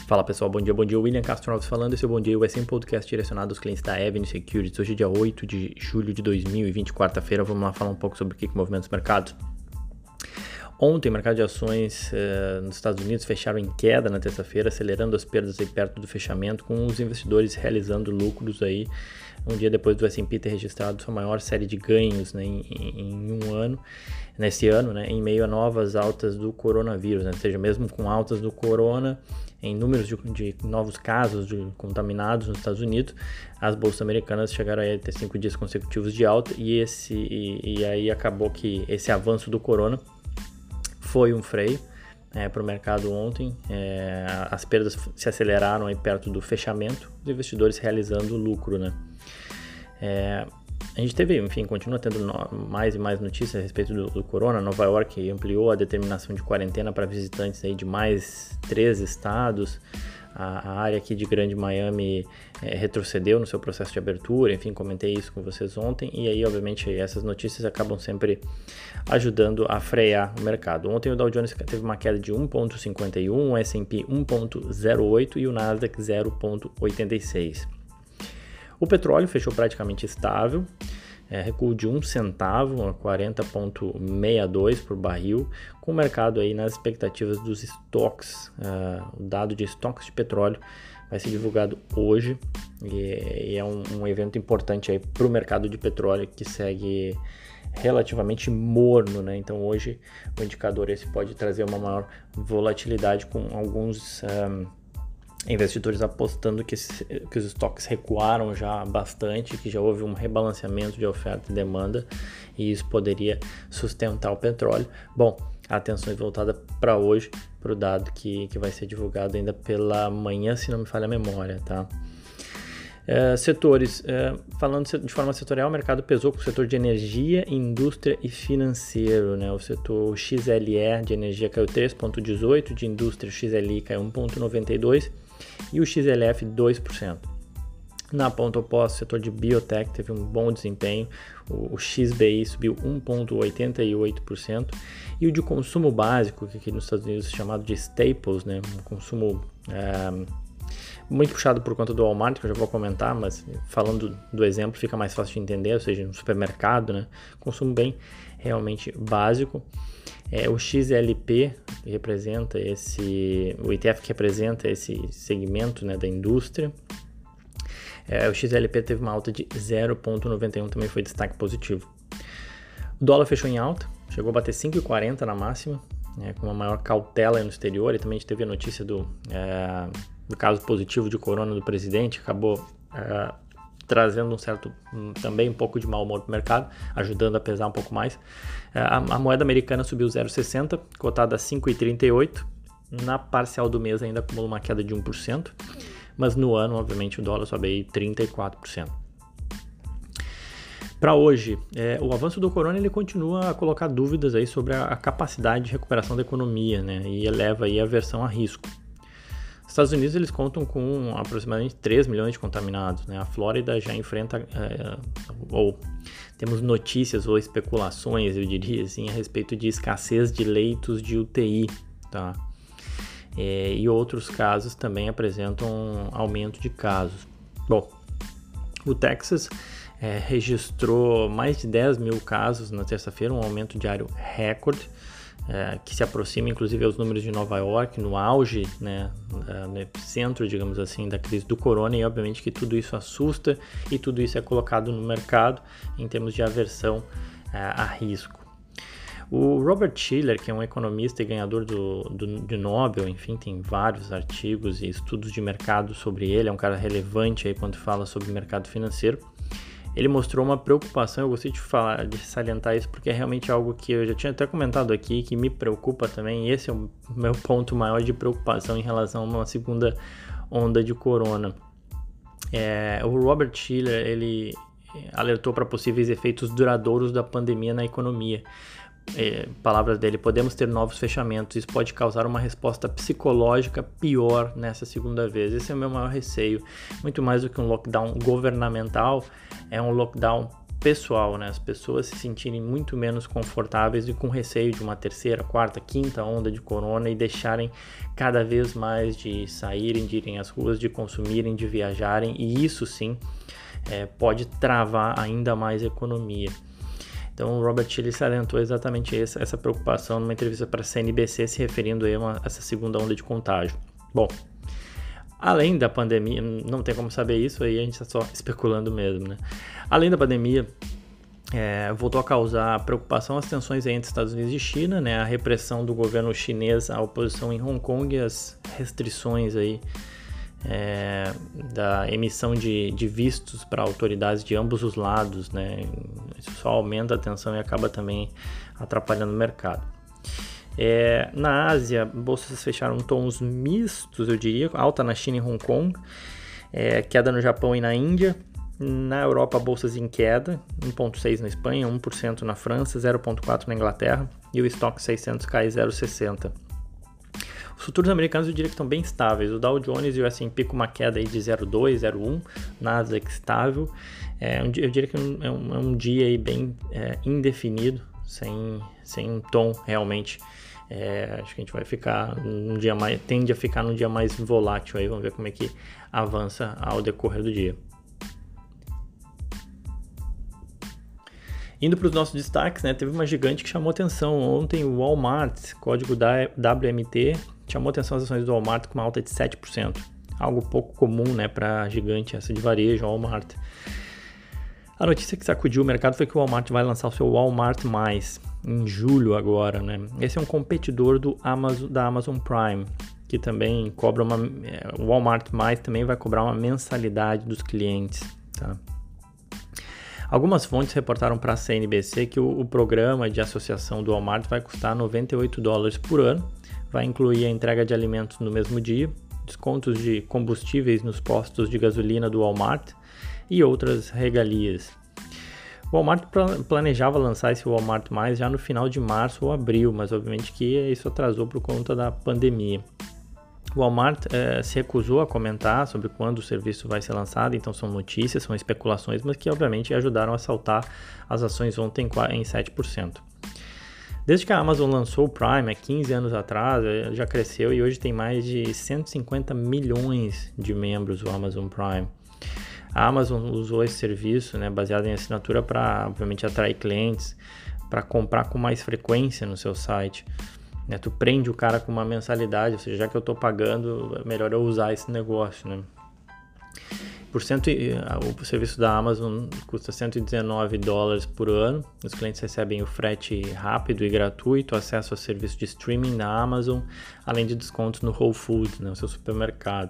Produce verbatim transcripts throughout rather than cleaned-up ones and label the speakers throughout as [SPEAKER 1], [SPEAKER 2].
[SPEAKER 1] Fala pessoal, bom dia, bom dia, William Castro Alves falando, esse é o Bom Dia vai ser um podcast direcionado aos clientes da Avenue Securities. Hoje é dia oito de julho de dois mil e vinte, quarta-feira, vamos lá falar um pouco sobre o que, que movimenta os mercados. Ontem, o mercado de ações uh, nos Estados Unidos fecharam em queda na terça-feira, acelerando as perdas aí perto do fechamento, com os investidores realizando lucros aí, um dia depois do S and P ter registrado sua maior série de ganhos, né, em, em um ano, nesse ano, né, em meio a novas altas do coronavírus, né, ou seja, mesmo com altas do corona, em números de, de novos casos de contaminados nos Estados Unidos, as bolsas americanas chegaram a ter cinco dias consecutivos de alta e, esse, e, e aí acabou que esse avanço do corona foi um freio é, para o mercado ontem. É, as perdas se aceleraram aí perto do fechamento, os investidores realizando lucro, né? É, a gente teve, enfim, continua tendo no, mais e mais notícias a respeito do, do corona. Nova York ampliou a determinação de quarentena para visitantes aí de mais três estados. A, a área aqui de Grande Miami é, retrocedeu no seu processo de abertura, enfim, comentei isso com vocês ontem, e aí, obviamente, essas notícias acabam sempre ajudando a frear o mercado. Ontem o Dow Jones teve uma queda de um vírgula cinquenta e um, o S and P um vírgula zero oito e o Nasdaq zero vírgula oitenta e seis. O petróleo fechou praticamente estável, é, recuo de um centavo a quarenta vírgula sessenta e dois por barril, com o mercado aí nas expectativas dos estoques. Uh, o dado de estoques de petróleo vai ser divulgado hoje e, e é um, um evento importante aí para o mercado de petróleo que segue relativamente morno, né? Então hoje o indicador esse pode trazer uma maior volatilidade com alguns um, investidores apostando que, esse, que os estoques recuaram já bastante, que já houve um rebalanceamento de oferta e demanda e isso poderia sustentar o petróleo. Bom, a atenção é voltada para hoje, para o dado que, que vai ser divulgado ainda pela manhã, se não me falha a memória, tá? É, setores, é, falando de forma setorial, o mercado pesou com o setor de energia, indústria e financeiro, né? O setor X L E de energia caiu três vírgula dezoito, de indústria X L I caiu um vírgula noventa e dois e o X L F dois por cento. Na ponta oposta, o setor de biotech teve um bom desempenho, o, o X B I subiu um vírgula oitenta e oito por cento e o de consumo básico, que aqui nos Estados Unidos é chamado de staples, né? Um consumo é, muito puxado por conta do Walmart, que eu já vou comentar, mas falando do exemplo fica mais fácil de entender, ou seja, no supermercado, né? Consumo bem realmente básico. É, o X L P, que representa esse, o E T F que representa esse segmento, né, da indústria, é, o X L P teve uma alta de zero vírgula noventa e um, também foi destaque positivo. O dólar fechou em alta, chegou a bater cinco vírgula quarenta na máxima, né, com uma maior cautela no exterior, e também a gente teve a notícia do, é, do caso positivo de corona do presidente, acabou é, trazendo um certo, um, também um pouco de mau humor para o mercado, ajudando a pesar um pouco mais. A, a moeda americana subiu zero vírgula sessenta, cotada a cinco vírgula trinta e oito, na parcial do mês ainda acumula uma queda de um por cento, mas no ano, obviamente, o dólar sobe aí trinta e quatro por cento. Para hoje, é, o avanço do corona ele continua a colocar dúvidas aí sobre a, a capacidade de recuperação da economia, né, e eleva aí a aversão a risco. Os Estados Unidos eles contam com aproximadamente três milhões de contaminados, né? A Flórida já enfrenta, é, ou temos notícias ou especulações, eu diria assim, a respeito de escassez de leitos de U T I, tá? É, e outros casos também apresentam um aumento de casos. Bom, o Texas é, registrou mais de dez mil casos na terça-feira, um aumento diário recorde. É, que se aproxima inclusive aos números de Nova York, no auge, né, no epicentro, digamos assim, da crise do corona, e obviamente que tudo isso assusta e tudo isso é colocado no mercado em termos de aversão é, a risco. O Robert Shiller, que é um economista e ganhador do, do, de Nobel, enfim, tem vários artigos e estudos de mercado sobre ele, é um cara relevante aí quando fala sobre mercado financeiro. Ele mostrou uma preocupação, eu gostei de, falar, de salientar isso, porque é realmente algo que eu já tinha até comentado aqui, que me preocupa também, e esse é o meu ponto maior de preocupação em relação a uma segunda onda de corona. É, o Robert Shiller, ele alertou para possíveis efeitos duradouros da pandemia na economia. É, palavras dele, podemos ter novos fechamentos, isso pode causar uma resposta psicológica pior nessa segunda vez. Esse é o meu maior receio, muito mais do que um lockdown governamental, é um lockdown pessoal, né? As pessoas se sentirem muito menos confortáveis e com receio de uma terceira, quarta, quinta onda de corona e deixarem cada vez mais de saírem, de irem às ruas, de consumirem, de viajarem, e isso sim é, pode travar ainda mais a economia. Então o Robert Shiller salientou exatamente essa, essa preocupação numa entrevista para a C N B C, se referindo aí a uma, essa segunda onda de contágio. Bom, além da pandemia, não tem como saber isso, aí a gente está só especulando mesmo, né? Além da pandemia, é, voltou a causar preocupação as tensões entre Estados Unidos e China, né? A repressão do governo chinês à oposição em Hong Kong e as restrições aí, é, da emissão de, de vistos para autoridades de ambos os lados, né? Isso só aumenta a tensão e acaba também atrapalhando o mercado. É, na Ásia, bolsas fecharam tons mistos, eu diria, alta na China e Hong Kong, é, queda no Japão e na Índia. Na Europa, bolsas em queda, um vírgula seis por cento na Espanha, um por cento na França, zero vírgula quatro por cento na Inglaterra, e o estoque seiscentos cai zero vírgula sessenta por cento. Os futuros americanos eu diria que estão bem estáveis, o Dow Jones e o S and P com uma queda aí de zero vírgula dois, zero vírgula um, Nasdaq estável. É, eu diria que é um, é um dia aí bem é, indefinido, sem, sem um tom realmente. É, acho que a gente vai ficar um dia mais, tende a ficar num dia mais volátil aí, vamos ver como é que avança ao decorrer do dia. Indo para os nossos destaques, né, teve uma gigante que chamou atenção ontem, o Walmart, código da W M T, chamou atenção as ações do Walmart com uma alta de sete por cento, algo pouco comum, né, para a gigante essa de varejo, Walmart. A notícia que sacudiu o mercado foi que o Walmart vai lançar o seu Walmart Mais, em julho agora, né? Esse é um competidor do Amazon, da Amazon Prime, que também cobra uma... O Walmart Mais também vai cobrar uma mensalidade dos clientes, tá? Algumas fontes reportaram para a C N B C que o, o programa de associação do Walmart vai custar noventa e oito dólares por ano, vai incluir a entrega de alimentos no mesmo dia, descontos de combustíveis nos postos de gasolina do Walmart e outras regalias. O Walmart planejava lançar esse Walmart Mais já no final de março ou abril, mas obviamente que isso atrasou por conta da pandemia. O Walmart eh, se recusou a comentar sobre quando o serviço vai ser lançado, então são notícias, são especulações, mas que obviamente ajudaram a saltar as ações ontem em sete por cento. Desde que a Amazon lançou o Prime há quinze anos atrás, já cresceu e hoje tem mais de cento e cinquenta milhões de membros do Amazon Prime. A Amazon usou esse serviço, né, baseado em assinatura para, obviamente, atrair clientes, para comprar com mais frequência no seu site. Né, tu prende o cara com uma mensalidade, ou seja, já que eu estou pagando, é melhor eu usar esse negócio. Né? Por cento, o serviço da Amazon custa cento e dezenove dólares por ano. Os clientes recebem o frete rápido e gratuito, acesso ao serviço de streaming da Amazon, além de descontos no Whole Foods, né, o seu supermercado.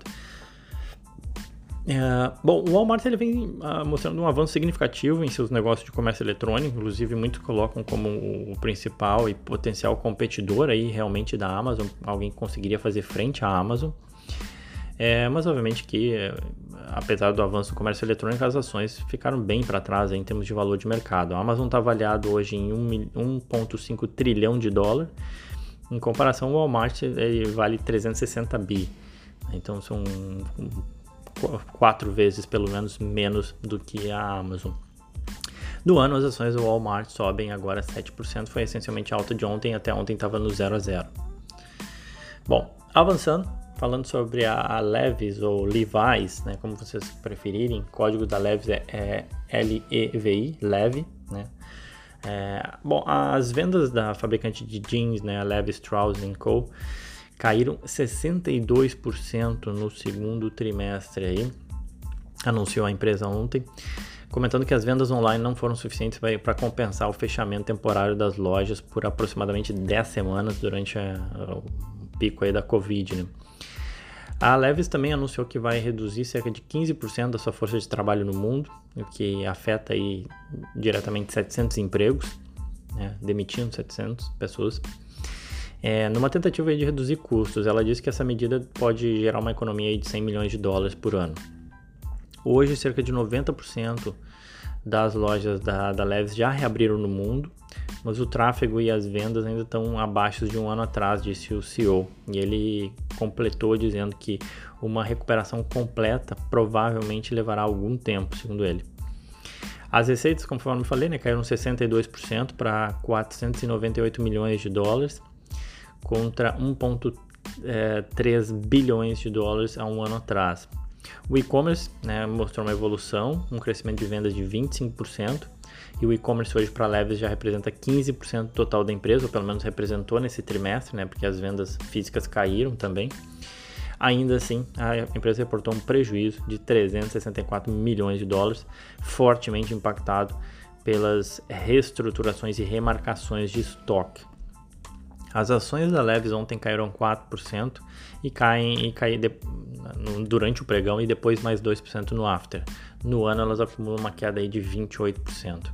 [SPEAKER 1] É, bom, o Walmart ele vem uh, mostrando um avanço significativo em seus negócios de comércio eletrônico, inclusive muitos colocam como o principal e potencial competidor aí realmente da Amazon, alguém que conseguiria fazer frente à Amazon. É, mas obviamente que, apesar do avanço do comércio eletrônico, as ações ficaram bem para trás aí, em termos de valor de mercado. A Amazon está avaliado hoje em um vírgula cinco trilhão de dólar, em comparação ao Walmart ele vale trezentos e sessenta bi, então são quatro vezes pelo menos menos do que a Amazon. No ano, as ações do Walmart sobem agora sete por cento, foi essencialmente a alta de ontem, até ontem estava no zero a zero. Bom, avançando, falando sobre a, a Levi's ou Levi's, né, como vocês preferirem, o código da Levi's é, é L E V I, Levi, né? É, bom, as vendas da fabricante de jeans, né, a Levi Strauss and Co, caíram sessenta e dois por cento no segundo trimestre aí, anunciou a empresa ontem, comentando que as vendas online não foram suficientes para compensar o fechamento temporário das lojas por aproximadamente dez semanas durante a, o pico aí da Covid, né? A Levi's também anunciou que vai reduzir cerca de quinze por cento da sua força de trabalho no mundo, o que afeta aí diretamente setecentos empregos, né, demitindo setecentas pessoas. É, numa tentativa de reduzir custos, ela disse que essa medida pode gerar uma economia de cem milhões de dólares por ano. Hoje, cerca de noventa por cento das lojas da, da Levi's já reabriram no mundo, mas o tráfego e as vendas ainda estão abaixo de um ano atrás, disse o C E O. E ele completou dizendo que uma recuperação completa provavelmente levará algum tempo, segundo ele. As receitas, conforme eu falei, né, caíram sessenta e dois por cento para quatrocentos e noventa e oito milhões de dólares, contra um vírgula três bilhões de dólares há um ano atrás. O e-commerce, né, mostrou uma evolução, um crescimento de vendas de vinte e cinco por cento, e o e-commerce hoje para a Levis já representa quinze por cento do total da empresa, ou pelo menos representou nesse trimestre, né, porque as vendas físicas caíram também. Ainda assim, a empresa reportou um prejuízo de trezentos e sessenta e quatro milhões de dólares, fortemente impactado pelas reestruturações e remarcações de estoque. As ações da Levis ontem caíram quatro por cento e caem, e caem de, no, durante o pregão e depois mais dois por cento no after. No ano elas acumulam uma queda aí de vinte e oito por cento.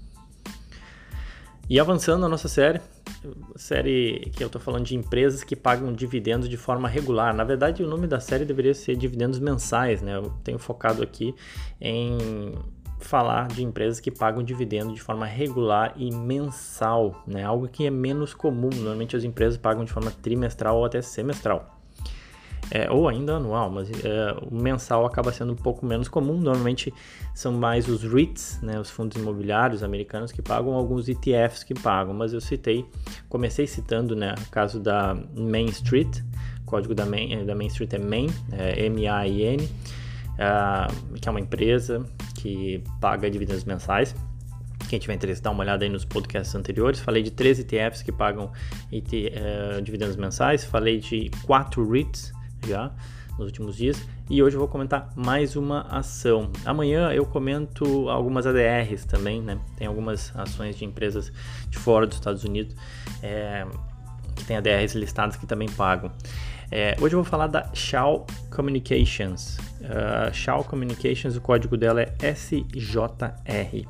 [SPEAKER 1] E avançando na nossa série, série que eu estou falando de empresas que pagam dividendos de forma regular. Na verdade, o nome da série deveria ser dividendos mensais, né? Eu tenho focado aqui em falar de empresas que pagam dividendo de forma regular e mensal, né? Algo que é menos comum. Normalmente as empresas pagam de forma trimestral ou até semestral. É, ou ainda anual, mas é, o mensal acaba sendo um pouco menos comum. Normalmente são mais os REITs, né, os fundos imobiliários americanos, que pagam, alguns E T Fs que pagam, mas eu citei, comecei citando, né, o caso da Main Street, o código da Main, da Main Street é Main, é M A I N, uh, que é uma empresa que paga dividendos mensais. Quem tiver interesse, dá uma olhada aí nos podcasts anteriores. Falei de três E T Fs que pagam E T, uh, dividendos mensais, falei de quatro REITs já nos últimos dias, e hoje eu vou comentar mais uma ação. Amanhã eu comento algumas A D Rs também, né? Tem algumas ações de empresas de fora dos Estados Unidos é, que tem A D Rs listadas que também pagam. É, hoje eu vou falar da Shaw Communications. Uh, Shaw Communications, o código dela é S J R.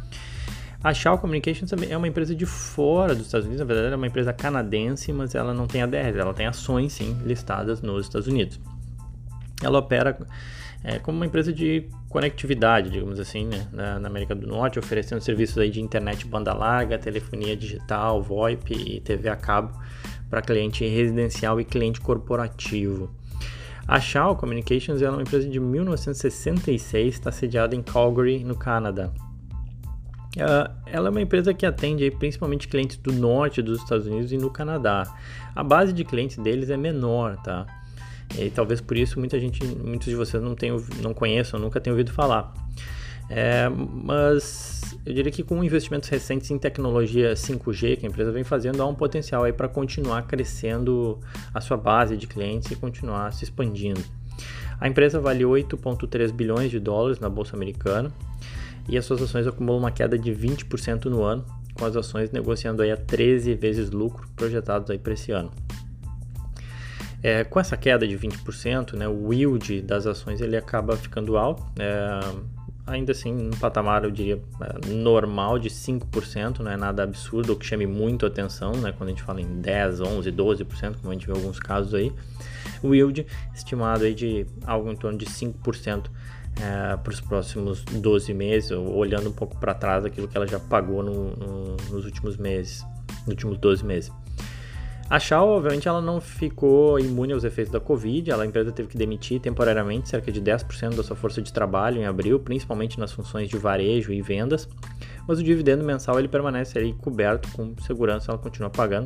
[SPEAKER 1] A Shaw Communications também é uma empresa de fora dos Estados Unidos, na verdade é uma empresa canadense, mas ela não tem A D Rs, ela tem ações sim listadas nos Estados Unidos. Ela opera é, como uma empresa de conectividade, digamos assim, né, na, na América do Norte, oferecendo serviços aí de internet banda larga, telefonia digital, VoIP e T V a cabo para cliente residencial e cliente corporativo. A Shaw Communications é uma empresa de mil novecentos e sessenta e seis, está sediada em Calgary, no Canadá. Uh, ela é uma empresa que atende aí principalmente clientes do norte dos Estados Unidos e no Canadá. A base de clientes deles é menor, tá? E talvez por isso muita gente, muitos de vocês não, tenham, não conheçam, nunca tenham ouvido falar. É, mas eu diria que com investimentos recentes em tecnologia cinco G que a empresa vem fazendo, há um potencial aí para continuar crescendo a sua base de clientes e continuar se expandindo. A empresa vale oito vírgula três bilhões de dólares na Bolsa Americana, e as suas ações acumulam uma queda de vinte por cento no ano, com as ações negociando aí a treze vezes lucro projetados aí para esse ano. É, com essa queda de vinte por cento, né, o yield das ações ele acaba ficando alto, é, ainda assim num patamar, eu diria, normal de cinco por cento, não é nada absurdo ou que chame muito a atenção, né, quando a gente fala em dez, onze, doze por cento, como a gente vê em alguns casos aí. O yield estimado aí de algo em torno de cinco por cento É, para os próximos doze meses, ou olhando um pouco para trás daquilo que ela já pagou no, no, nos últimos meses, nos últimos doze meses. A Shaw, obviamente, ela não ficou imune aos efeitos da Covid, ela, a empresa teve que demitir temporariamente cerca de dez por cento da sua força de trabalho em abril, principalmente nas funções de varejo e vendas, mas o dividendo mensal ele permanece ali coberto, com segurança ela continua pagando.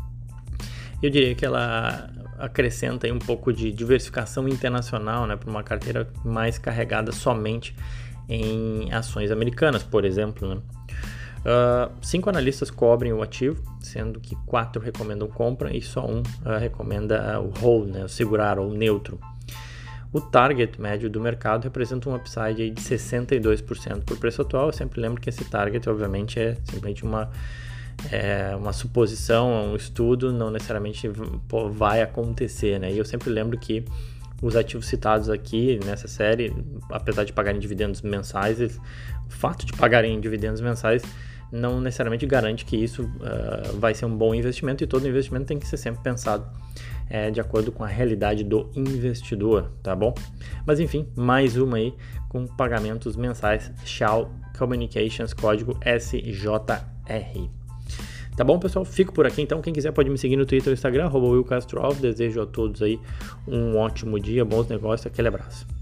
[SPEAKER 1] Eu diria que ela acrescenta aí um pouco de diversificação internacional, né, para uma carteira mais carregada somente em ações americanas, por exemplo, né? Uh, cinco analistas cobrem o ativo, sendo que quatro recomendam compra e só um uh, recomenda uh, o hold, né, o segurar ou neutro. O target médio do mercado representa um upside aí de sessenta e dois por cento por preço atual. Eu sempre lembro que esse target, obviamente, é simplesmente uma É uma suposição, um estudo, não necessariamente vai acontecer, né? E eu sempre lembro que os ativos citados aqui nessa série, apesar de pagarem dividendos mensais, eles, o fato de pagarem dividendos mensais não necessariamente garante que isso uh, vai ser um bom investimento, e todo investimento tem que ser sempre pensado é, de acordo com a realidade do investidor, tá bom? Mas enfim, mais uma aí com pagamentos mensais, Shaw Communications, código S J R. Tá bom, pessoal? Fico por aqui, então. Quem quiser pode me seguir no Twitter ou Instagram, arroba Will Castro Alves. Desejo a todos aí um ótimo dia, bons negócios, aquele abraço.